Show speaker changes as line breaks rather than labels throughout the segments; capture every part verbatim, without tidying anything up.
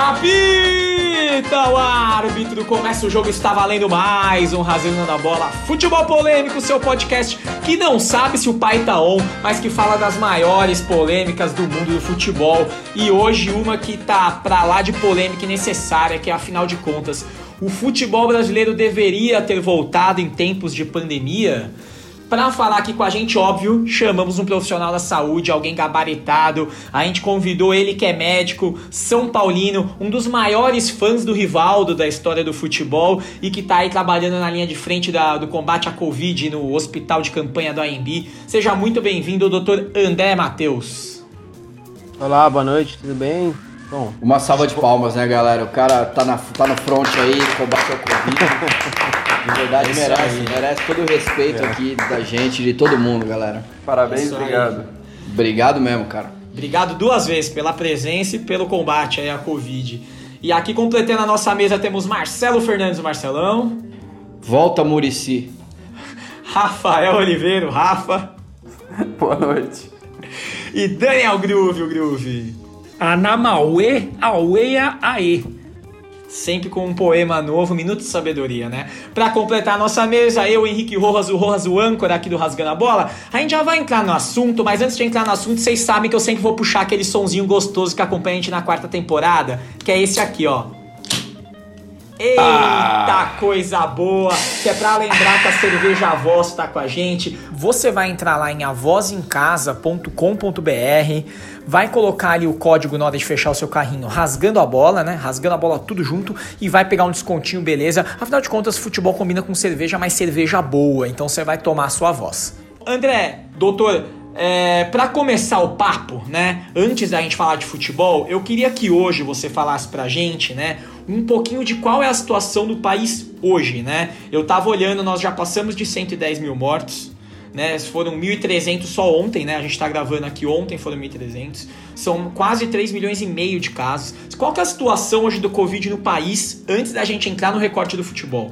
Apita o árbitro, começa o jogo, está valendo mais um Rasgando a Bola. Futebol Polêmico, seu podcast que não sabe se o pai tá on, mas que fala das maiores polêmicas do mundo do futebol. E hoje uma que tá pra lá de polêmica e necessária, que é, afinal de contas, o futebol brasileiro deveria ter voltado em tempos de pandemia? Para falar aqui com a gente, óbvio, chamamos um profissional da saúde, alguém gabaritado. A gente convidou ele que é médico, São Paulino, um dos maiores fãs do Rivaldo da história do futebol e que tá aí trabalhando na linha de frente da, do combate à Covid no hospital de campanha do A M B. Seja muito bem-vindo, doutor André Matheus.
Olá, boa noite, tudo bem? Bom,
uma salva de palmas, né, galera? O cara tá, na, tá no front aí, combate ao Covid. De verdade, é merece, merece todo o respeito é. aqui da gente, de todo mundo, galera.
Parabéns, obrigado.
Obrigado mesmo, cara.
Obrigado duas vezes pela presença e pelo combate aí à Covid. E aqui completando a nossa mesa temos Marcelo Fernandes, Marcelão.
Volta, Muricy.
Rafael Oliveira, Rafa.
Boa noite.
E Daniel Groove, o Groove.
Anamauê, Aueia, Aê.
Sempre com um poema novo, minuto de sabedoria, né? Pra completar a nossa mesa, eu, Henrique Rojas, o Rojas, o âncora aqui do Rasgando a Bola. A gente já vai entrar no assunto, mas antes de entrar no assunto, vocês sabem que eu sempre vou puxar aquele sonzinho gostoso que acompanha a gente na quarta temporada, que é esse aqui, ó. Eita, ah. coisa boa! Que é pra lembrar que a cerveja Avoz tá com a gente. Você vai entrar lá em avozencasa ponto com ponto br, vai colocar ali o código na hora de fechar o seu carrinho, rasgando a bola, né? Rasgando a bola tudo junto e vai pegar um descontinho, beleza? Afinal de contas, futebol combina com cerveja, mas cerveja boa, então você vai tomar a sua voz. André, doutor, é, para começar o papo, né? Antes da gente falar de futebol, eu queria que hoje você falasse pra gente, né? Um pouquinho de qual é a situação do país hoje, né? Eu tava olhando, nós já passamos de cento e dez mil mortos, né? Foram mil e trezentos só ontem, né? A gente tá gravando aqui ontem, foram mil e trezentos. São quase três milhões e meio de casos. Qual que é a situação hoje do Covid no país, antes da gente entrar no recorte do futebol?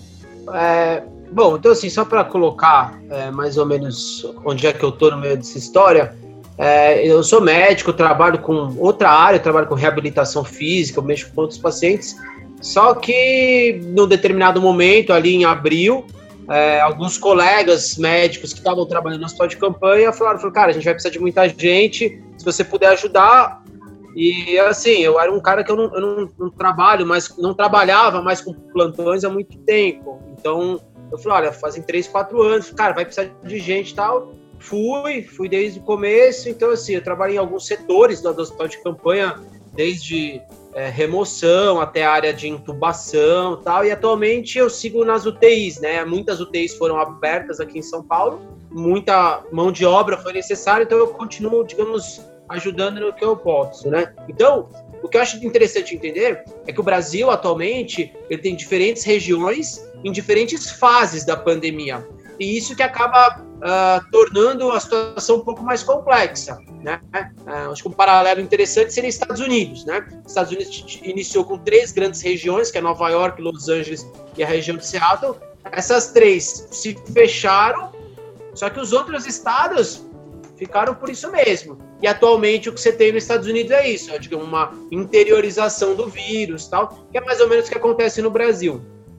É, bom, então assim, só para colocar é, mais ou menos onde é que eu tô no meio dessa história, é, eu sou médico, trabalho com outra área, eu trabalho com reabilitação física, eu mexo com outros pacientes, só que num determinado momento, ali em abril, É, alguns colegas médicos que estavam trabalhando no hospital de campanha falaram, falaram, cara, a gente vai precisar de muita gente, se você puder ajudar. E assim, eu era um cara que eu não, eu não, não trabalho, mas não trabalhava mais com plantões há muito tempo. Então eu falei, olha, fazem três, quatro anos, cara, vai precisar de gente e tal. Fui, fui desde o começo. Então assim, eu trabalhei em alguns setores do, do hospital de campanha, desde É, remoção até a área de intubação e tal, e atualmente eu sigo nas U T Is, né? Muitas U T Is foram abertas aqui em São Paulo, muita mão de obra foi necessária, então eu continuo, digamos, ajudando no que eu posso, né? Então, o que eu acho interessante entender é que o Brasil, atualmente, ele tem diferentes regiões em diferentes fases da pandemia, e isso que acaba uh, tornando a situação um pouco mais complexa, né? Uh, acho que um paralelo interessante seria Estados Unidos, né? Estados Unidos iniciou com três grandes regiões, que é Nova York, Los Angeles e a região de Seattle. Essas três se fecharam, só que os outros estados ficaram por isso mesmo. E atualmente o que você tem nos Estados Unidos é isso, é, digamos, uma interiorização do vírus, tal, que é mais ou menos o que acontece no Brasil.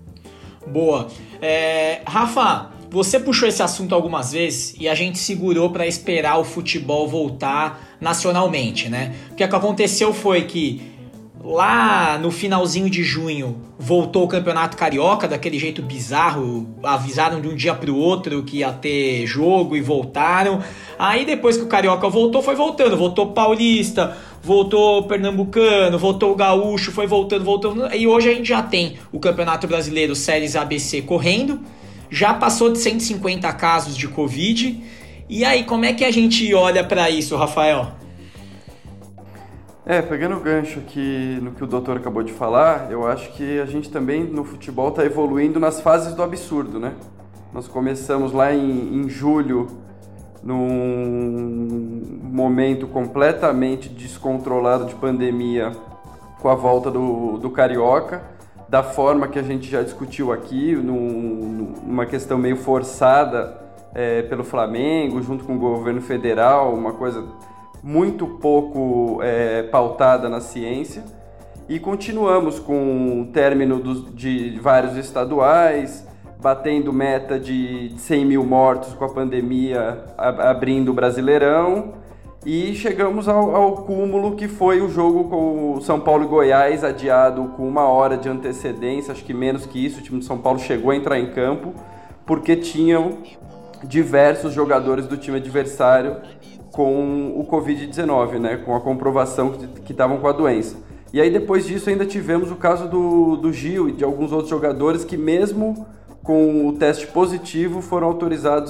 Boa. É, Rafa, você puxou esse assunto algumas vezes e a gente segurou para esperar o futebol voltar nacionalmente, né? O que aconteceu foi que lá no finalzinho de junho voltou o Campeonato Carioca daquele jeito bizarro, avisaram de um dia para o outro que ia ter jogo e voltaram. Aí depois que o Carioca voltou, foi voltando, voltou Paulista, voltou Pernambucano, voltou o Gaúcho, foi voltando, voltando. E hoje a gente já tem o Campeonato Brasileiro Séries A B C correndo, já passou de cento e cinquenta casos de Covid. E aí, como é que a gente olha para isso, Rafael?
É, pegando o gancho aqui no que o doutor acabou de falar, eu acho que a gente também no futebol está evoluindo nas fases do absurdo, né? Nós começamos lá em, em julho, num momento completamente descontrolado de pandemia, com a volta do, do Carioca, da forma que a gente já discutiu aqui, num, numa questão meio forçada é, pelo Flamengo, junto com o governo federal, uma coisa muito pouco é, pautada na ciência. e continuamos com o término dos, de vários estaduais, batendo meta de cem mil mortos com a pandemia, a, abrindo o Brasileirão, e chegamos ao, ao cúmulo que foi o jogo com o São Paulo e Goiás, adiado com uma hora de antecedência, acho que menos que isso. O time de São Paulo chegou a entrar em campo porque tinham diversos jogadores do time adversário com o covid dezenove, né, com a comprovação que estavam com a doença. E aí depois disso ainda tivemos o caso do, do Gil e de alguns outros jogadores que mesmo com o teste positivo foram autorizados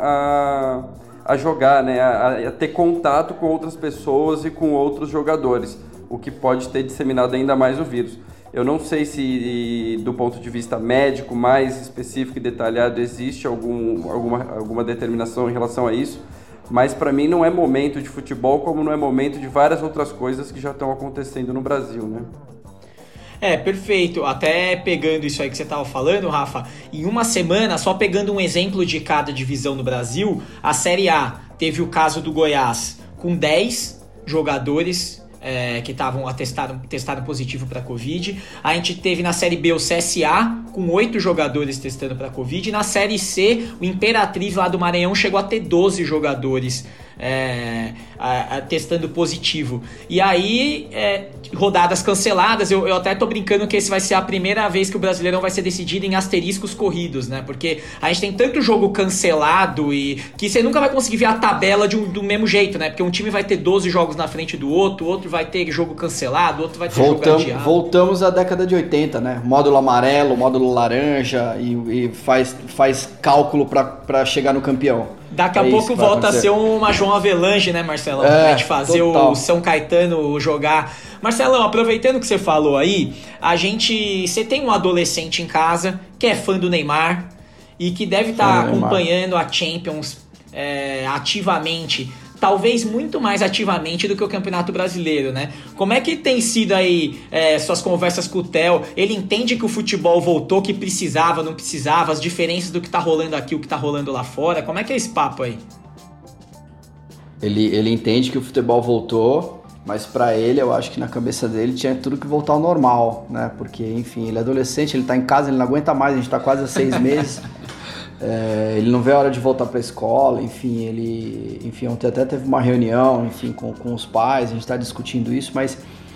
a, a, a jogar, né, a, a ter contato com outras pessoas e com outros jogadores, o que pode ter disseminado ainda mais o vírus. Eu não sei se, do ponto de vista médico, mais específico e detalhado, existe algum, alguma, alguma determinação em relação a isso, mas para mim não é momento de futebol como não é momento de várias outras coisas que já estão acontecendo no Brasil, né?
É, perfeito. Até pegando isso aí que você estava falando, Rafa, em uma semana, só pegando um exemplo de cada divisão no Brasil, a Série A teve o caso do Goiás com dez jogadores É, que estavam atestaram, testaram positivo para Covid. A gente teve na Série B o C S A com oito jogadores testando para Covid. E na Série C, o Imperatriz lá do Maranhão chegou a ter doze jogadores é, a, a, testando positivo. E aí, é, rodadas canceladas. Eu, eu até tô brincando que esse vai ser a primeira vez que o Brasileirão vai ser decidido em asteriscos corridos, né? Porque a gente tem tanto jogo cancelado e que você nunca vai conseguir ver a tabela de um, do mesmo jeito, né? Porque um time vai ter doze jogos na frente do outro, o outro vai ter jogo cancelado, outro vai ter
Voltam,
jogo adiado.
Voltamos à década de oitenta, né? Módulo amarelo, módulo laranja e, e faz, faz cálculo para chegar no campeão.
Daqui a
é
pouco volta a ser uma João Avelange, né, Marcelão? É, pra gente fazer total. O São Caetano jogar. Marcelão, aproveitando que você falou aí, a gente... Você tem um adolescente em casa que é fã do Neymar e que deve estar tá acompanhando a Champions é, ativamente, talvez muito mais ativamente do que o Campeonato Brasileiro, né? Como é que tem sido aí é, suas conversas com o Theo? Ele entende que o futebol voltou, que precisava, não precisava, as diferenças do que tá rolando aqui, o que tá rolando lá fora? Como é que é esse papo aí?
Ele, ele entende que o futebol voltou, mas pra ele, eu acho que na cabeça dele tinha tudo que voltar ao normal, né? Porque, enfim, ele é adolescente, ele tá em casa, ele não aguenta mais, a gente tá quase há seis meses... É, ele não vê a hora de voltar para a escola, enfim, ele, enfim, ontem até teve uma reunião, enfim, com, com os pais, a gente está discutindo isso, mas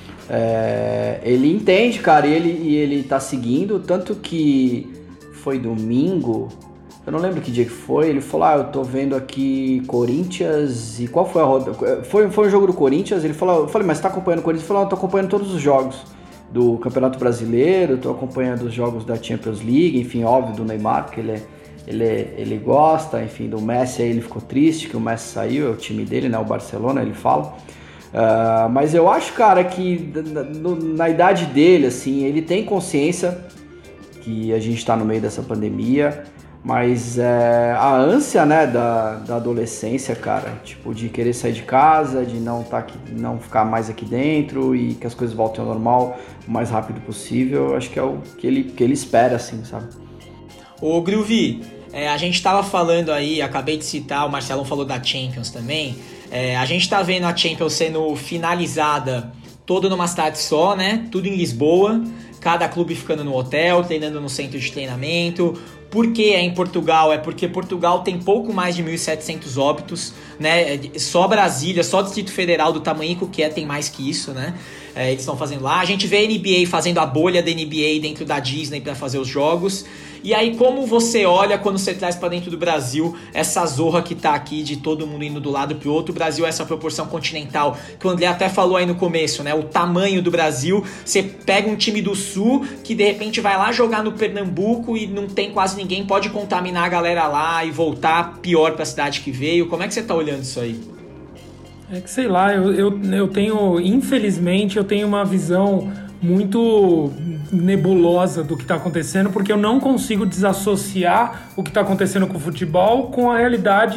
é, ele entende, cara, e ele, e ele tá seguindo, tanto que foi domingo, eu não lembro que dia que foi, ele falou, ah, eu tô vendo aqui Corinthians, e qual foi a roda? Foi, foi um jogo do Corinthians, ele falou, eu falei, mas você tá acompanhando o Corinthians? Ele falou, eu tô acompanhando todos os jogos do Campeonato Brasileiro, tô acompanhando os jogos da Champions League, enfim, óbvio, do Neymar, porque ele é Ele, ele gosta, enfim, do Messi, aí ele ficou triste que o Messi saiu, é o time dele, né, o Barcelona, ele fala. Uh, mas eu acho, cara, que na, na idade dele, assim, ele tem consciência que a gente tá no meio dessa pandemia, mas é, a ânsia, né, da, da adolescência, cara, tipo, de querer sair de casa, de não, tá aqui, não ficar mais aqui dentro e que as coisas voltem ao normal o mais rápido possível, eu acho que é o que ele, que ele espera, assim, sabe?
Ô, Groovy, é, a gente tava falando aí, acabei de citar, o Marcelão falou da Champions também, é, a gente tá vendo a Champions sendo finalizada toda numa cidade só, né, tudo em Lisboa, cada clube ficando no hotel, treinando no centro de treinamento. Por que é em Portugal? É porque Portugal tem pouco mais de mil e setecentos óbitos, né? Só Brasília, só Distrito Federal do tamanho que é tem mais que isso, né? É, eles estão fazendo lá. A gente vê a N B A fazendo a bolha da N B A dentro da Disney para fazer os jogos. E aí, como você olha quando você traz para dentro do Brasil essa zorra que tá aqui de todo mundo indo do lado pro outro? O Brasil é essa proporção continental que o André até falou aí no começo, né? O tamanho do Brasil. Você pega um time do Sul que de repente vai lá jogar no Pernambuco e não tem quase ninguém, pode contaminar a galera lá e voltar pior para a cidade que veio. Como é que você tá olhando isso aí?
É que sei lá, eu, eu, eu tenho, infelizmente, eu tenho uma visão muito nebulosa do que está acontecendo, porque eu não consigo desassociar o que está acontecendo com o futebol com a realidade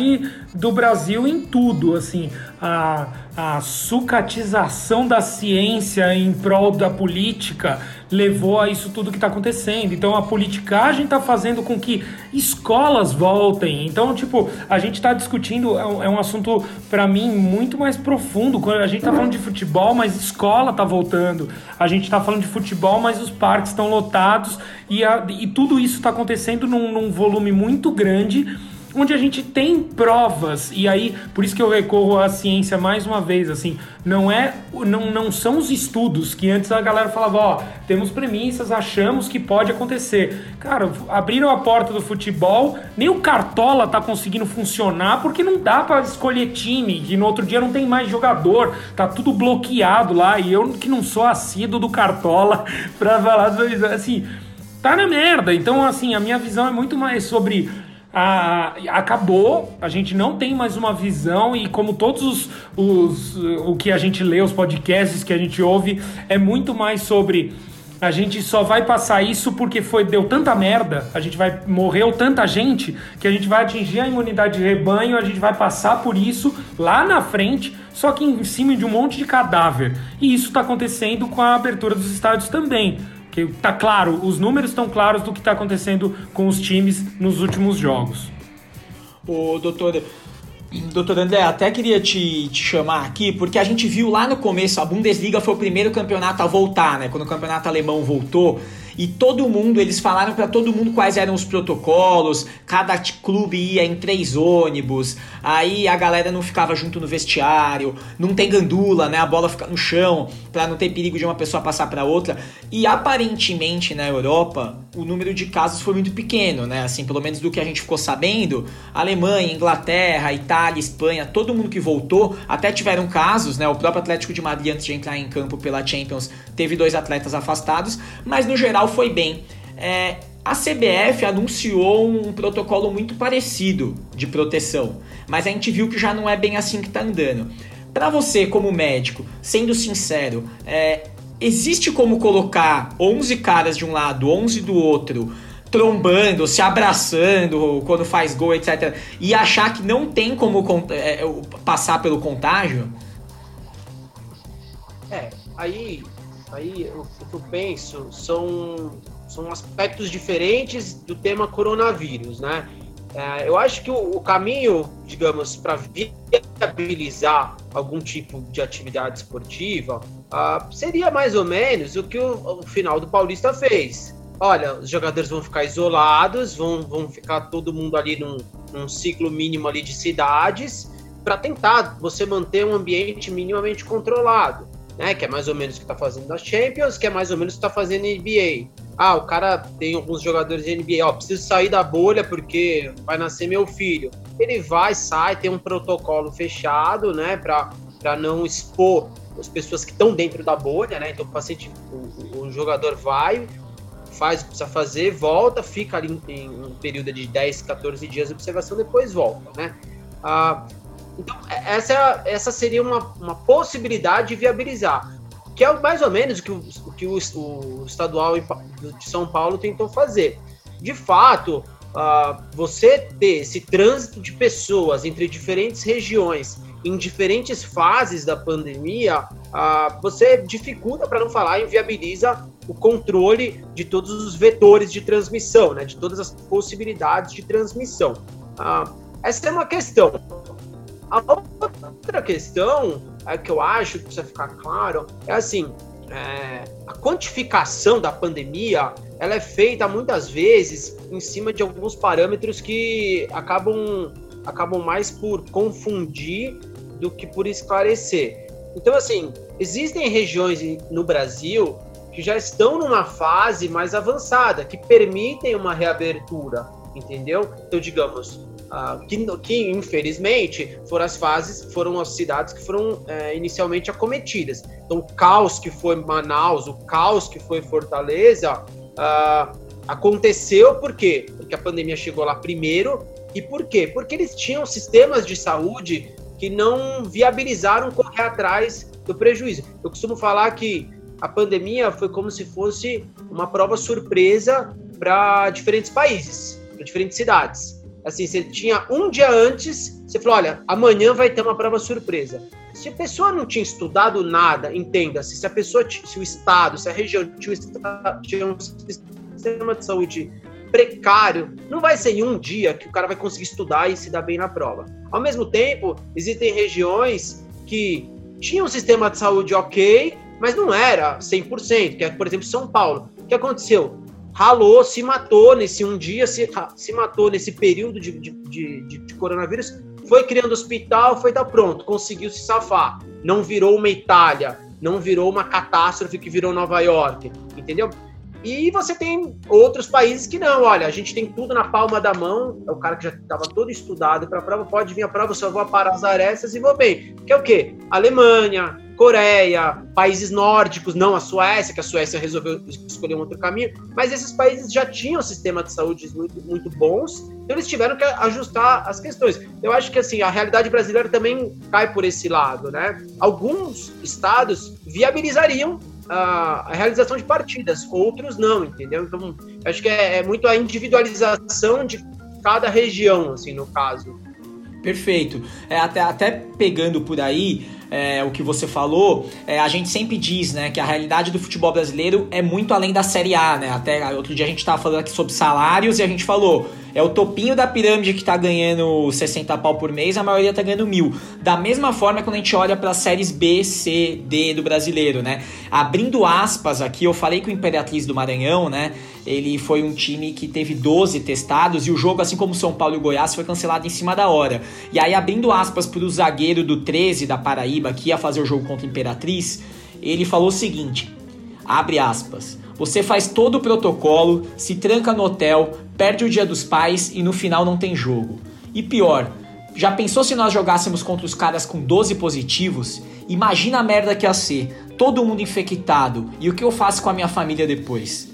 do Brasil em tudo, assim, a, a sucatização da ciência em prol da política levou a isso tudo que está acontecendo. Então a politicagem está fazendo com que escolas voltem. Então, tipo, a gente está discutindo, é um, é um assunto, para mim, muito mais profundo. Quando a gente está falando de futebol, mas escola está voltando. A gente está falando de futebol, mas os parques estão lotados. E, a, e tudo isso está acontecendo num, num volume muito grande, onde a gente tem provas, e aí, por isso que eu recorro à ciência mais uma vez, assim, não é, não, não são os estudos, que antes a galera falava, ó, temos premissas, achamos que pode acontecer. Cara, abriram a porta do futebol, nem o Cartola tá conseguindo funcionar, porque não dá pra escolher time, e no outro dia não tem mais jogador, tá tudo bloqueado lá, e eu que não sou assíduo do Cartola, pra falar, assim, tá na merda. Então, assim, a minha visão é muito mais sobre... Ah, acabou, a gente não tem mais uma visão, e como todos os, os o que a gente lê, os podcasts que a gente ouve, é muito mais sobre a gente só vai passar isso porque foi, deu tanta merda, a gente vai, morreu tanta gente, que a gente vai atingir a imunidade de rebanho, a gente vai passar por isso lá na frente, só que em cima de um monte de cadáver. E isso está acontecendo com a abertura dos estádios também. Que tá claro, os números estão claros do que está acontecendo com os times nos últimos jogos.
O doutor, doutor André, até queria te, te chamar aqui, porque a gente viu lá no começo, a Bundesliga foi o primeiro campeonato a voltar, né? Quando o campeonato alemão voltou, e todo mundo, eles falaram para todo mundo quais eram os protocolos, cada clube ia em três ônibus, aí a galera não ficava junto no vestiário, não tem gandula, né? A bola fica no chão, para não ter perigo de uma pessoa passar para outra. E aparentemente na Europa, o número de casos foi muito pequeno, né? Assim, pelo menos do que a gente ficou sabendo, Alemanha, Inglaterra, Itália, Espanha, todo mundo que voltou, até tiveram casos, né? O próprio Atlético de Madrid, antes de entrar em campo pela Champions, teve dois atletas afastados, mas no geral foi bem. É, a C B F anunciou um protocolo muito parecido de proteção, mas a gente viu que já não é bem assim que tá andando. Para você, como médico, sendo sincero, é, existe como colocar onze caras de um lado, onze do outro, trombando, se abraçando quando faz gol, etcétera, e achar que não tem como é, passar pelo contágio?
É, aí... Aí o que eu penso são, são aspectos diferentes do tema coronavírus, né? É, eu acho que o, o caminho, digamos, para viabilizar algum tipo de atividade esportiva uh, seria mais ou menos o que o, o final do Paulista fez. Olha, os jogadores vão ficar isolados, vão, vão ficar todo mundo ali num, num ciclo mínimo ali de cidades, para tentar você manter um ambiente minimamente controlado. Né, que é mais ou menos o que está fazendo na Champions, que é mais ou menos o que está fazendo na N B A. Ah, o cara tem alguns jogadores de N B A, ó, preciso sair da bolha porque vai nascer meu filho. Ele vai, sai, tem um protocolo fechado, né, para não expor as pessoas que estão dentro da bolha, né, então o paciente, o, o jogador vai, faz o que precisa fazer, volta, fica ali em, em um período de dez, catorze dias de observação, depois volta, né. Ah, Então, essa, essa seria uma, uma possibilidade de viabilizar, que é mais ou menos o que o, o, que o, o estadual de São Paulo tentou fazer. De fato, uh, você ter esse trânsito de pessoas entre diferentes regiões, em diferentes fases da pandemia, uh, você dificulta, para não falar, inviabiliza o controle de todos os vetores de transmissão, né, de todas as possibilidades de transmissão. Uh, essa é uma questão. A outra questão é que eu acho que precisa ficar claro é assim, é, a quantificação da pandemia ela é feita muitas vezes em cima de alguns parâmetros que acabam, acabam mais por confundir do que por esclarecer. Então, assim, existem regiões no Brasil que já estão numa fase mais avançada, que permitem uma reabertura, entendeu? Então, digamos... Uh, que, que infelizmente foram as fases, foram as cidades que foram é, inicialmente acometidas. Então o caos que foi Manaus, o caos que foi Fortaleza, uh, aconteceu por quê? Porque a pandemia chegou lá primeiro. E por quê? Porque eles tinham sistemas de saúde que não viabilizaram correr atrás do prejuízo. Eu costumo falar que a pandemia foi como se fosse uma prova surpresa para diferentes países, para diferentes cidades. assim, você tinha um dia antes, você falou, olha, amanhã vai ter uma prova surpresa. Se a pessoa não tinha estudado nada, entenda-se, se a pessoa, se o estado, se a região tinha um sistema de saúde precário, não vai ser em um dia que o cara vai conseguir estudar e se dar bem na prova. Ao mesmo tempo, existem regiões que tinham um sistema de saúde ok, mas não era cem por cento, que é, por exemplo, São Paulo. O que aconteceu? Ralou, se matou nesse um dia, se, se matou nesse período de, de, de, de coronavírus, foi criando hospital, foi dar pronto, conseguiu se safar. Não virou uma Itália, não virou uma catástrofe que virou Nova York, entendeu? E você tem outros países que não, olha, a gente tem tudo na palma da mão, é o cara que já estava todo estudado para a prova, pode vir a prova, eu só vou aparar as arestas e vou bem. Que é o quê? Alemanha, Coreia, países nórdicos, não a Suécia, que a Suécia resolveu escolher um outro caminho, mas esses países já tinham sistemas de saúde muito, muito bons, então eles tiveram que ajustar as questões. Eu acho que assim, a realidade brasileira também cai por esse lado, né? Alguns estados viabilizariam a realização de partidas, outros não, entendeu? Então, acho que é, é muito a individualização de cada região, assim, no caso.
Perfeito. É, até, até pegando por aí é, o que você falou, é, a gente sempre diz, né, que a realidade do futebol brasileiro é muito além da Série A, né? Até outro dia a gente estava falando aqui sobre salários e a gente falou, é o topinho da pirâmide que tá ganhando sessenta pau por mês, a maioria tá ganhando mil. Da mesma forma quando a gente olha para as séries B, C, D do brasileiro, né? Abrindo aspas aqui, eu falei que o Imperatriz do Maranhão, né? Ele foi um time que teve doze testados e o jogo, assim como o São Paulo e o Goiás, foi cancelado em cima da hora. E aí, abrindo aspas pro zagueiro do treze da Paraíba, que ia fazer o jogo contra o Imperatriz, ele falou o seguinte, abre aspas, você faz todo o protocolo, se tranca no hotel, perde o dia dos pais e no final não tem jogo. E pior, já pensou se nós jogássemos contra os caras com doze positivos? Imagina a merda que ia ser, todo mundo infectado, e o que eu faço com a minha família depois?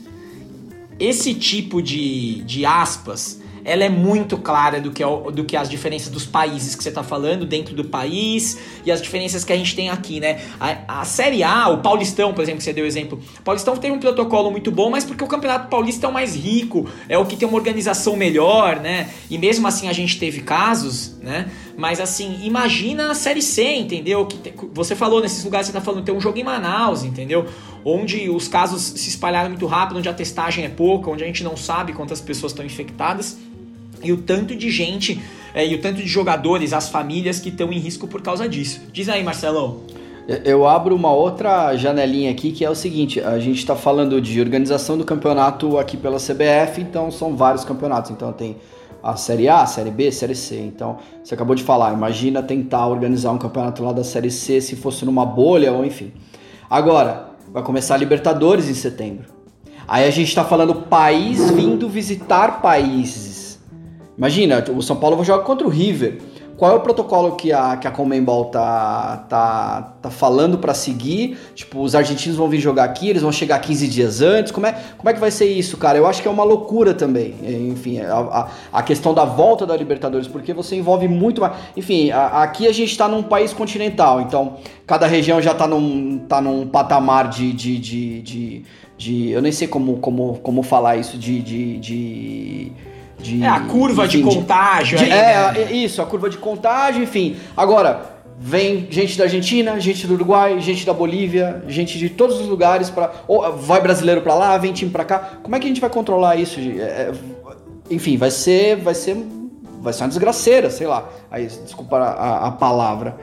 Esse tipo de, de aspas, ela é muito clara do que, é, do que as diferenças dos países que você está falando dentro do país e as diferenças que a gente tem aqui, né? A, a Série A, o Paulistão, por exemplo, que você deu exemplo, o Paulistão tem um protocolo muito bom, mas porque o Campeonato Paulista é o mais rico, é o que tem uma organização melhor, né? E mesmo assim a gente teve casos, né? Mas assim, imagina a Série C, entendeu? Que te, você falou nesses lugares que você está falando, tem um jogo em Manaus, entendeu? Onde os casos se espalharam muito rápido, onde a testagem é pouca, onde a gente não sabe quantas pessoas estão infectadas. E o tanto de gente, é, e o tanto de jogadores, as famílias que estão em risco por causa disso. Diz aí, Marcelão.
Eu abro uma outra janelinha aqui, que é o seguinte, a gente está falando de organização do campeonato aqui pela C B F, então são vários campeonatos, então tem a Série A, a Série B, a Série C, então você acabou de falar, imagina tentar organizar um campeonato lá da Série C se fosse numa bolha, ou enfim. Agora, vai começar a Libertadores em setembro, aí a gente está falando país vindo visitar países. Imagina, o São Paulo vai jogar contra o River. Qual é o protocolo que a, que a Conmebol tá, tá, tá falando para seguir? Tipo, os argentinos vão vir jogar aqui, eles vão chegar quinze dias antes. Como é, como é que vai ser isso, cara? Eu acho que é uma loucura também. Enfim, a, a, a questão da volta da Libertadores, porque você envolve muito mais. Enfim, a, aqui a gente tá num país continental, então cada região já tá num, tá num patamar de, de, de, de, de. Eu nem sei como, como, como falar isso, de. de, de De,
é, a curva enfim, de contágio.
De,
aí,
é,
né?
isso, a curva de contágio, enfim. Agora, vem gente da Argentina, gente do Uruguai, gente da Bolívia, gente de todos os lugares, pra, ou vai brasileiro pra lá, vem time pra cá. Como é que a gente vai controlar isso? É, enfim, vai ser, vai ser, vai ser uma desgraceira, sei lá. Aí, desculpa a, a palavra.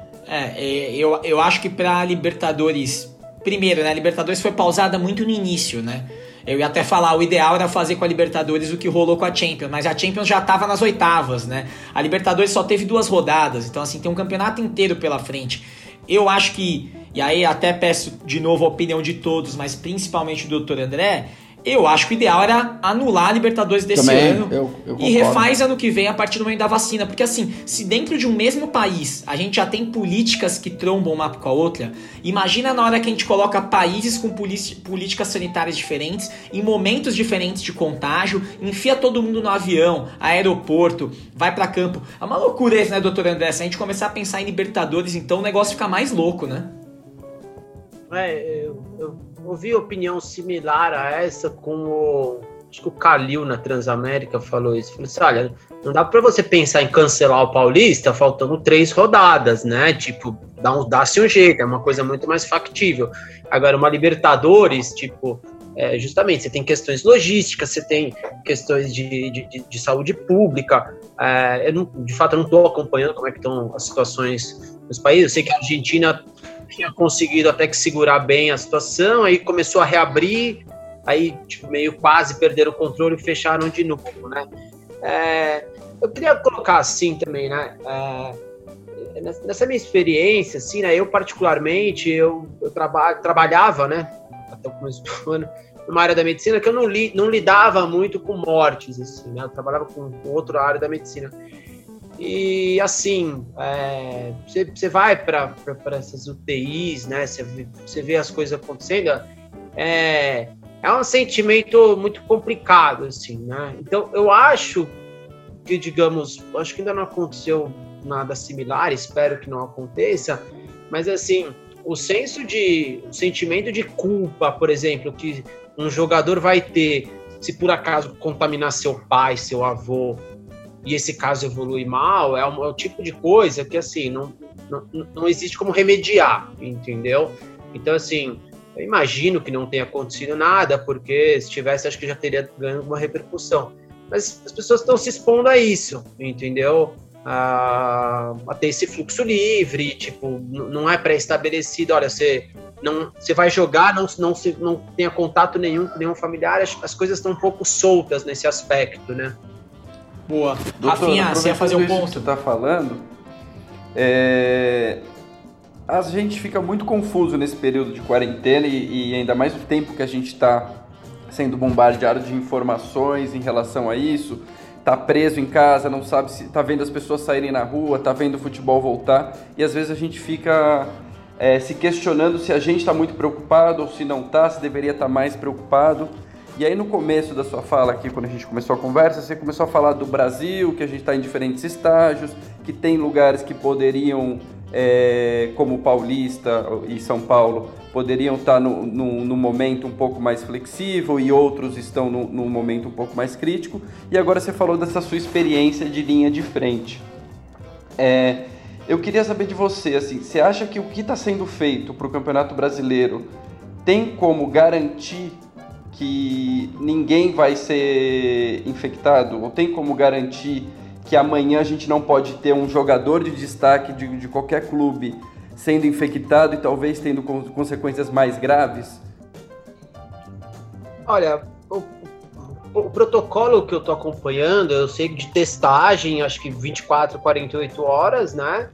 É, eu, eu acho que pra Libertadores, primeiro, né, a Libertadores foi pausada muito no início, né? Eu ia até falar, o ideal era fazer com a Libertadores o que rolou com a Champions, mas a Champions já estava nas oitavas, né? A Libertadores só teve duas rodadas, então assim, tem um campeonato inteiro pela frente. Eu acho que, e aí até peço de novo a opinião de todos, mas principalmente do doutor André, eu acho que o ideal era anular a Libertadores desse
Também,
ano
eu, eu
e refaz ano que vem a partir do momento da vacina. Porque assim, se dentro de um mesmo país a gente já tem políticas que trombam uma com a outra, imagina na hora que a gente coloca países com políticas sanitárias diferentes, em momentos diferentes de contágio, enfia todo mundo no avião, aeroporto, vai pra campo. É uma loucura isso, né, doutor André? Se a gente começar a pensar em Libertadores, então o negócio fica mais louco, né?
É, eu, eu ouvi opinião similar a essa com o acho que o Calil na Transamérica falou isso, falou assim, olha, não dá para você pensar em cancelar o Paulista faltando três rodadas, né, tipo, dá um, dá-se um jeito, é uma coisa muito mais factível. Agora, uma Libertadores, tipo, é, justamente, você tem questões logísticas, você tem questões de, de, de, de saúde pública, é, eu não, de fato eu não estou acompanhando como é que estão as situações nos países, eu sei que a Argentina tinha conseguido até que segurar bem a situação, aí começou a reabrir, aí tipo, meio quase perderam o controle e fecharam de novo, né? É, eu queria colocar assim também, né? É, nessa minha experiência, assim, né? Eu particularmente, eu, eu traba, trabalhava, né? Até o começo do ano, numa área da medicina que eu não, li, não lidava muito com mortes, assim, né? Eu trabalhava com, com outra área da medicina. E, assim, é, você, você vai para essas U T Is, né? Você vê, você vê as coisas acontecendo, é, é um sentimento muito complicado, assim, né? Então, eu acho que, digamos, acho que ainda não aconteceu nada similar, espero que não aconteça, mas, assim, o senso de, o sentimento de culpa, por exemplo, que um jogador vai ter se por acaso contaminar seu pai, seu avô, e esse caso evolui mal, é, um, é o tipo de coisa que, assim, não, não, não existe como remediar, entendeu? Então, assim, eu imagino que não tenha acontecido nada, porque se tivesse, acho que já teria ganho alguma repercussão. Mas as pessoas estão se expondo a isso, entendeu? A, a ter esse fluxo livre, tipo, não é pré-estabelecido, olha, você, não, você vai jogar, não, não, não tenha contato nenhum com nenhum familiar, as, as coisas estão um pouco soltas nesse aspecto, né?
Boa.
Doutor,
Rafinha, você ia fazer um ponto.
Que você está falando, é... a gente fica muito confuso nesse período de quarentena e, e ainda mais o tempo que a gente está sendo bombardeado de informações em relação a isso, tá preso em casa, não sabe se tá vendo as pessoas saírem na rua, tá vendo o futebol voltar, e às vezes a gente fica é, se questionando se a gente está muito preocupado ou se não tá, se deveria estar mais preocupado. E aí no começo da sua fala aqui, quando a gente começou a conversa, você começou a falar do Brasil, que a gente está em diferentes estágios, que tem lugares que poderiam, é, como Paulista e São Paulo, poderiam estar no, no, no momento um pouco mais flexível e outros estão no, no momento um pouco mais crítico. E agora você falou dessa sua experiência de linha de frente. É, eu queria saber de você, assim, você acha que o que está sendo feito para o Campeonato Brasileiro tem como garantir que ninguém vai ser infectado? Ou tem como garantir que amanhã a gente não pode ter um jogador de destaque de, de qualquer clube sendo infectado e talvez tendo consequências mais graves?
Olha, o, o, o protocolo que eu estou acompanhando, eu sei de testagem, acho que vinte e quatro, quarenta e oito horas, né?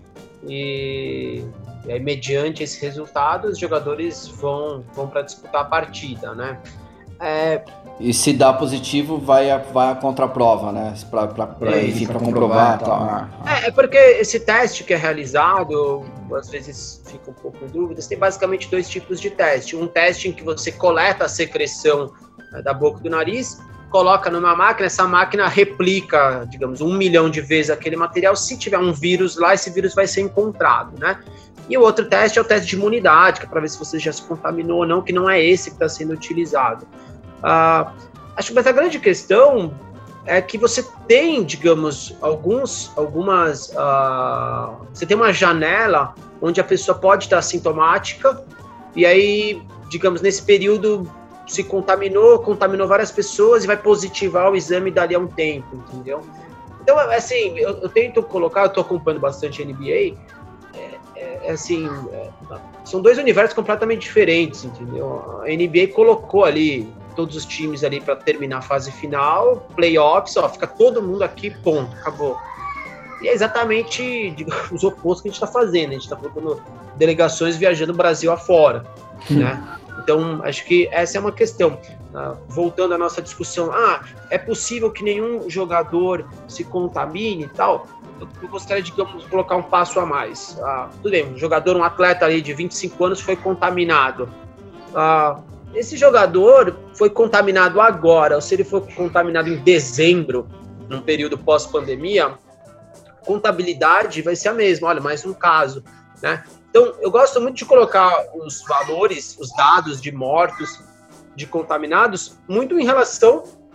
E, e aí, mediante esse resultado, os jogadores vão, vão para disputar a partida, né? É...
E se dá positivo, vai a, vai a contraprova, né? Pra, pra, pra, é, enfim, para comprovar. Tá.
É, é porque esse teste que é realizado, às vezes fica um pouco em dúvidas, tem basicamente dois tipos de teste. Um teste em que você coleta a secreção da boca e do nariz, coloca numa máquina, essa máquina replica, digamos, um milhão de vezes aquele material. Se tiver um vírus lá, esse vírus vai ser encontrado, né? E o outro teste é o teste de imunidade, que é para ver se você já se contaminou ou não, que não é esse que está sendo utilizado. Uh, acho que a grande questão é que você tem, digamos, alguns, algumas, uh, você tem uma janela onde a pessoa pode estar assintomática e aí, digamos, nesse período se contaminou, contaminou várias pessoas e vai positivar o exame dali a um tempo, entendeu? Então, assim, eu, eu tento colocar, eu estou acompanhando bastante a N B A, é, é, é assim, é, são dois universos completamente diferentes, entendeu? A N B A colocou ali todos os times ali para terminar a fase final, playoffs, ó, fica todo mundo aqui, ponto, acabou. E é exatamente, digamos, os opostos que a gente está fazendo, a gente está colocando delegações viajando o Brasil afora, hum. né? Então, acho que essa é uma questão. Uh, voltando à nossa discussão, ah, é possível que nenhum jogador se contamine e tal? Eu, eu gostaria de, digamos, colocar um passo a mais. Uh, tudo bem, um jogador, um atleta ali de vinte e cinco anos foi contaminado. Uh, Esse jogador foi contaminado agora, ou se ele foi contaminado em dezembro, num período pós-pandemia, a contabilidade vai ser a mesma. Olha, mais um caso, né? Então, eu gosto muito de colocar os valores, os dados de mortos, de contaminados, muito em relação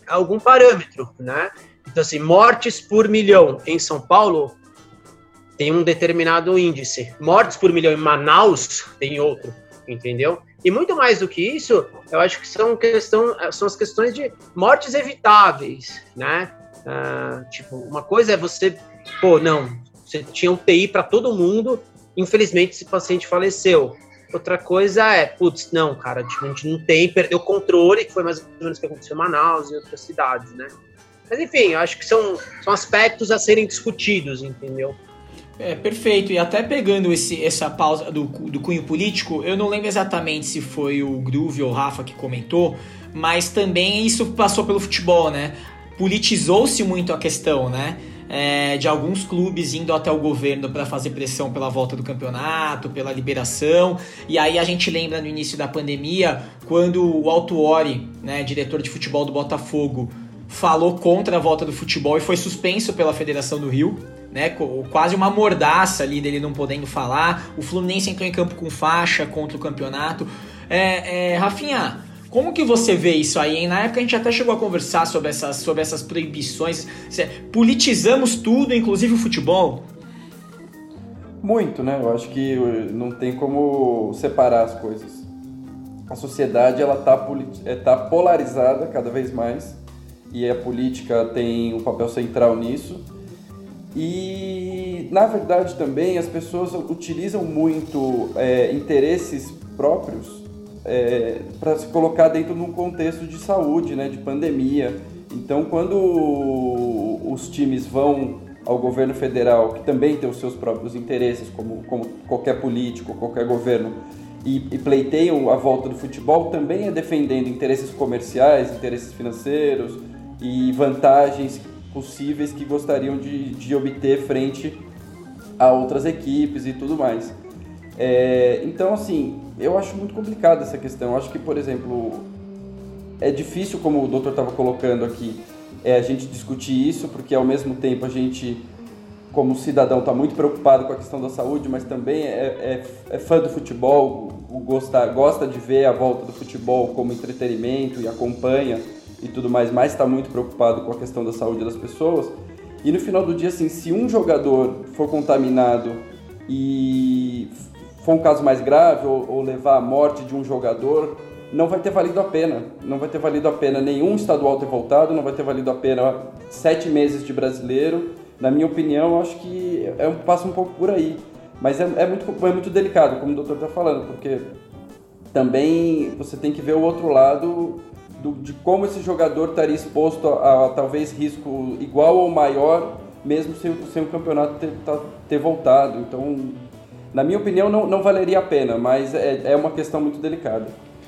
algum parâmetro, né? Então, assim, mortes por milhão em São Paulo tem um determinado índice. Mortes por milhão em Manaus tem outro, entendeu? E muito mais do que isso, eu acho que são, questão, são as questões de mortes evitáveis, né? Ah, tipo, uma coisa é você, pô, não, você tinha U T I para todo mundo, infelizmente esse paciente faleceu. Outra coisa é, putz, não, cara, tipo, a gente não tem, perdeu o controle, que foi mais ou menos o que aconteceu em Manaus e outras cidades, né? Mas enfim, eu acho que são, são aspectos a serem discutidos, entendeu?
É, perfeito. E até pegando esse, essa pausa do, do cunho político, eu não lembro exatamente se foi o Groove ou o Rafa que comentou, mas também isso passou pelo futebol, né? Politizou-se muito a questão, né? É, de alguns clubes indo até o governo para fazer pressão pela volta do campeonato, pela liberação. E aí a gente lembra no início da pandemia, quando o Autuori, né, diretor de futebol do Botafogo, falou contra a volta do futebol e foi suspenso pela Federação do Rio, né, quase uma mordaça ali dele não podendo falar. O Fluminense entrou em campo com faixa contra o campeonato. É, é, Rafinha, como que você vê isso aí, hein? Na época a gente até chegou a conversar sobre essas, sobre essas proibições. Politizamos tudo, inclusive o futebol?
Muito, né? Eu acho que não tem como separar as coisas. A sociedade, ela tá, tá polarizada cada vez mais, e a política tem um papel central nisso. E, na verdade, também as pessoas utilizam muito é, interesses próprios é, para se colocar dentro de um contexto de saúde, né, de pandemia. Então, quando os times vão ao governo federal, que também tem os seus próprios interesses, como, como qualquer político, qualquer governo, e, e pleiteiam a volta do futebol, também é defendendo interesses comerciais, interesses financeiros e vantagens possíveis que gostariam de, de obter frente a outras equipes e tudo mais. É, então, assim, eu acho muito complicada essa questão. Eu acho que, por exemplo, é difícil, como o doutor estava colocando aqui, é, a gente discutir isso, porque ao mesmo tempo a gente, como cidadão, está muito preocupado com a questão da saúde, mas também é, é, é fã do futebol, gosta, gosta de ver a volta do futebol como entretenimento e acompanha e tudo mais, mas está muito preocupado com a questão da saúde das pessoas. E no final do dia, assim, se um jogador for contaminado e for um caso mais grave ou, ou levar à morte de um jogador, não vai ter valido a pena. Não vai ter valido a pena nenhum estadual ter voltado, não vai ter valido a pena sete meses de brasileiro. Na minha opinião, eu acho que é um, passa um pouco por aí. Mas é, é, muito, é muito delicado, como o doutor está falando, porque também você tem que ver o outro lado Do, de como esse jogador estaria exposto a, a talvez risco igual ou maior, mesmo sem, sem o campeonato ter, ter voltado. Então, na minha opinião, não, não valeria a pena, mas é, é uma questão muito delicada.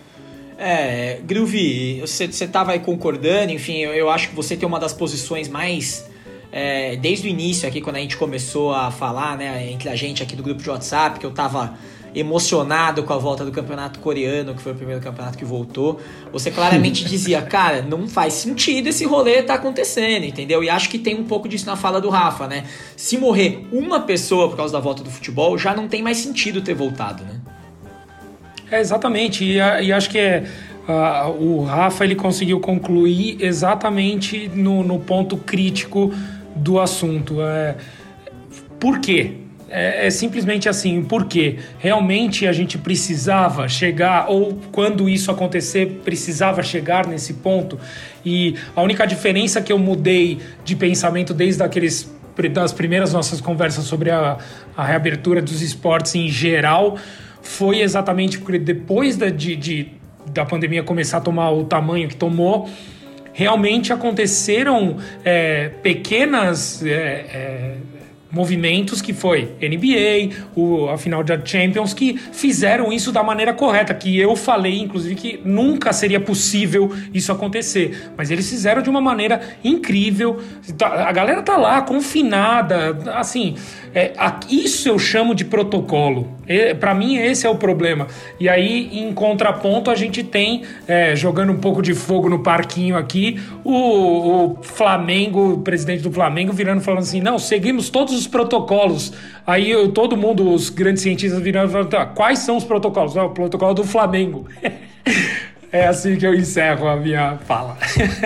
É, Groove, você estava aí concordando, enfim, eu, eu acho que você tem uma das posições mais... É, desde o início aqui, quando a gente começou a falar, né, entre a gente aqui do grupo de WhatsApp, que eu tava emocionado com a volta do campeonato coreano, que foi o primeiro campeonato que voltou, você claramente dizia, cara, não faz sentido esse rolê tá acontecendo, entendeu? E acho que tem um pouco disso na fala do Rafa, né? Se morrer uma pessoa por causa da volta do futebol, já não tem mais sentido ter voltado, né?
É, exatamente, e, e acho que é, uh, o Rafa ele conseguiu concluir exatamente no, no ponto crítico do assunto. É, por quê? É, é simplesmente assim, por quê? Realmente a gente precisava chegar, ou quando isso acontecer, precisava chegar nesse ponto. E a única diferença que eu mudei de pensamento desde aqueles, das primeiras nossas conversas sobre a, a reabertura dos esportes em geral foi exatamente porque depois da, de, de, da pandemia começar a tomar o tamanho que tomou, realmente aconteceram é, pequenas... É, é, movimentos que foi N B A, o, a final da Champions, que fizeram isso da maneira correta, que eu falei, inclusive, que nunca seria possível isso acontecer, mas eles fizeram de uma maneira incrível. A galera tá lá, confinada, assim, é, isso eu chamo de protocolo. É, para mim esse é o problema. E aí, em contraponto, a gente tem, é, jogando um pouco de fogo no parquinho aqui, o, o Flamengo, o presidente do Flamengo virando falando assim, não, seguimos todos os protocolos. Aí eu, todo mundo, os grandes cientistas virando falando, tá, quais são os protocolos? Não, o protocolo do Flamengo. É assim que eu encerro a minha fala.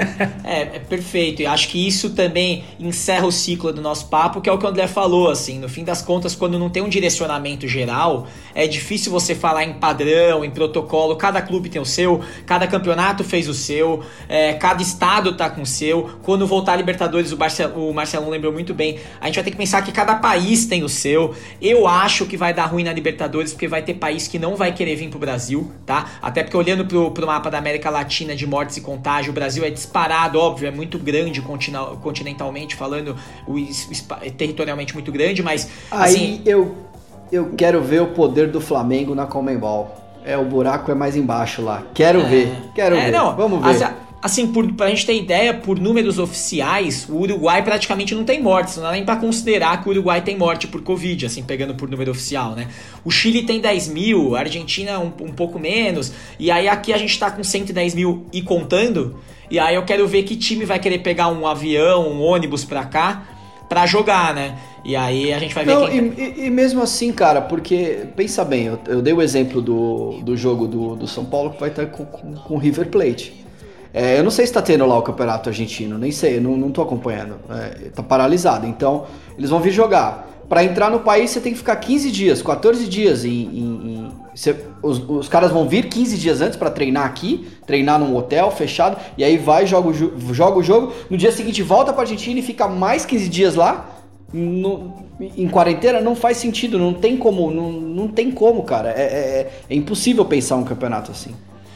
É, é perfeito. E acho que isso também encerra o ciclo do nosso papo, que é o que o André falou, assim. No fim das contas, quando não tem um direcionamento geral, é difícil você falar em padrão, em protocolo. Cada clube tem o seu, cada campeonato fez o seu, é, cada estado tá com o seu. Quando voltar a Libertadores, o, Barcel- o Marcelão lembrou muito bem, a gente vai ter que pensar que cada país tem o seu. Eu acho que vai dar ruim na Libertadores, porque vai ter país que não vai querer vir pro Brasil, tá? Até porque olhando pro, pro mapa da América Latina de mortes e contágio, o Brasil é disparado, óbvio, é muito grande continental, continentalmente falando, o, é territorialmente muito grande, mas
aí
assim,
eu, eu quero ver o poder do Flamengo na Conmebol. É, o buraco é mais embaixo lá. Quero
é,
ver, quero
é,
ver.
Não,
Vamos ver.
Assim, assim por, pra gente ter ideia, por números oficiais, o Uruguai praticamente não tem mortes, não dá nem pra considerar que o Uruguai tem morte por Covid, assim, pegando por número oficial, né? O Chile tem dez mil, a Argentina um, um pouco menos, e aí aqui a gente tá com cento e dez mil e contando, e aí eu quero ver que time vai querer pegar um avião, um ônibus pra cá, pra jogar, né? E aí a gente vai ver
não,
quem...
E, e mesmo assim, cara, porque, pensa bem, eu, eu dei o exemplo do, do jogo do, do São Paulo que vai estar com, com, com o River Plate. É, eu não sei se tá tendo lá o campeonato argentino, nem sei, não, não tô acompanhando, é, tá paralisado, então eles vão vir jogar. Pra entrar no país você tem que ficar quinze dias, quatorze dias em... em, em você, os, os caras vão vir quinze dias antes pra treinar aqui, treinar num hotel fechado, e aí vai, joga o, joga o jogo, no dia seguinte volta pra Argentina e fica mais quinze dias lá, no, em quarentena. Não faz sentido, não tem como, não, não tem como, cara, é, é, é impossível pensar um campeonato assim.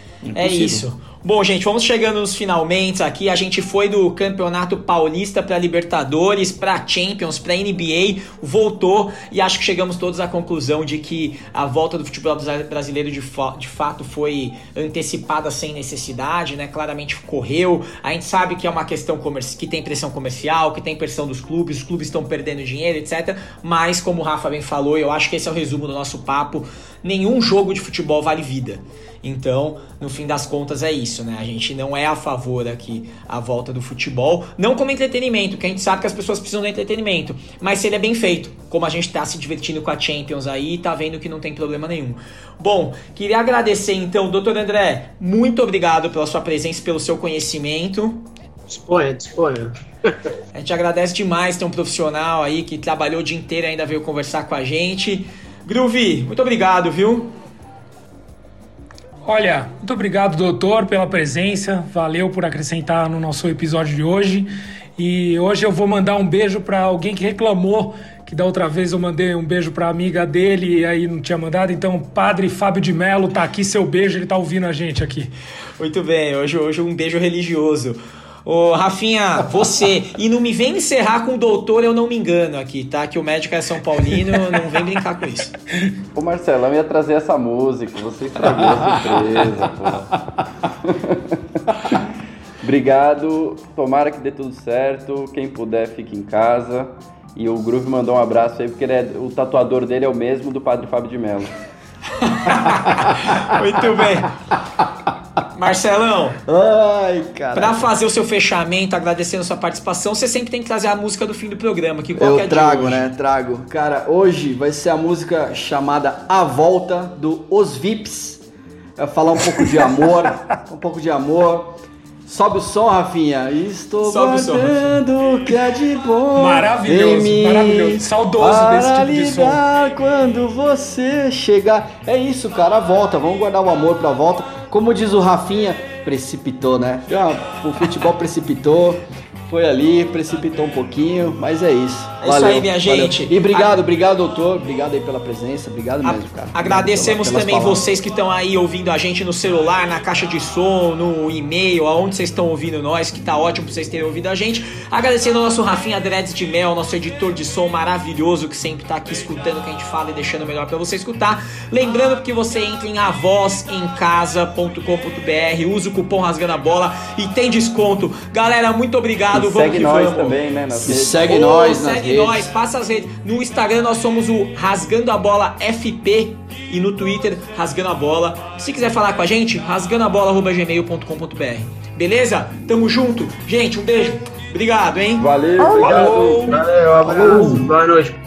É isso. Bom, gente, vamos chegando nos finalmente aqui. A gente foi do Campeonato Paulista para Libertadores, para Champions, para N B A, voltou e acho que chegamos todos à conclusão de que a volta do futebol brasileiro de, fa- de fato foi antecipada sem necessidade, né? Claramente correu. A gente sabe que é uma questão comerci- que tem pressão comercial, que tem pressão dos clubes, os clubes estão perdendo dinheiro, etcétera. Mas, como o Rafa bem falou, eu acho que esse é o resumo do nosso papo. Nenhum jogo de futebol vale vida. Então, no fim das contas é isso, né? A gente não é a favor aqui a volta do futebol, não como entretenimento, que a gente sabe que as pessoas precisam de entretenimento, mas se ele é bem feito, como a gente tá se divertindo com a Champions aí, tá vendo que não tem problema nenhum. Bom, queria agradecer então, doutor André, muito obrigado pela sua presença e pelo seu conhecimento.
Disponha, disponha.
A gente agradece demais ter um profissional aí que trabalhou o dia inteiro e ainda veio conversar com a gente. Groovy, muito obrigado, viu?
Olha, muito obrigado, doutor, pela presença. Valeu por acrescentar no nosso episódio de hoje. E hoje eu vou mandar um beijo para alguém que reclamou que da outra vez eu mandei um beijo para amiga dele e aí não tinha mandado. Então, Padre Fábio de Mello, tá aqui seu beijo, ele tá ouvindo a gente aqui.
Muito bem, hoje, hoje um beijo religioso. Ô, Rafinha, você, e não me vem encerrar com o doutor, eu não me engano aqui, tá? Que o médico é São Paulino, não vem brincar com isso.
Ô Marcelão ia trazer essa música, você estragou a surpresa, pô. Obrigado, tomara que dê tudo certo, quem puder fique em casa. E o Groove mandou um abraço aí, porque ele é, o tatuador dele é o mesmo do Padre Fábio de Mello.
Muito bem. Marcelão,
ai, cara.
Pra fazer o seu fechamento, agradecendo a sua participação, você sempre tem que trazer a música do fim do programa. Que qual
Eu
que é
trago,
de hoje?
né? Trago. Cara, hoje vai ser a música chamada A Volta, do Os V I Ps. Vai falar um pouco de amor, um pouco de amor. Sobe o som, Rafinha. Estou
Sobe o som,
guardando o que é de bom.
Maravilhoso,
em mim,
maravilhoso. Saudoso desse tipo de som.
Para ligar quando você chegar. É isso, cara, a volta. Vamos guardar o amor pra volta. Como diz o Rafinha, precipitou, né? Ah, o futebol precipitou. Foi ali, precipitou um pouquinho, mas é isso.
É
Valeu,
isso aí, minha
valeu.
gente.
E obrigado, obrigado, doutor. Obrigado aí pela presença. Obrigado mesmo, cara.
Agradecemos
Pelas
também
palavras.
vocês que estão aí ouvindo a gente no celular, na caixa de som, no e-mail, aonde vocês estão ouvindo nós, que tá ótimo pra vocês terem ouvido a gente. Agradecendo ao nosso Rafinha Dreads de Mel, nosso editor de som maravilhoso, que sempre tá aqui escutando o que a gente fala e deixando melhor pra você escutar. Lembrando que você entra em a voz em casa ponto com ponto b r, usa o cupom Rasgando a Bola e tem desconto. Galera, muito obrigado.
E
vamos
segue
que
nós
vamos.
também, né? Nas
E
redes.
segue
Ô,
nós nas
segue
redes.
nós, passa as redes. No Instagram nós somos o Rasgando a Bola F P e no Twitter Rasgando a Bola. Se quiser falar com a gente, rasgando a bola arroba gmail ponto com ponto b r. Beleza? Tamo junto. Gente, um beijo. Obrigado, hein?
Valeu, obrigado.
Valeu, abraço. Boa noite.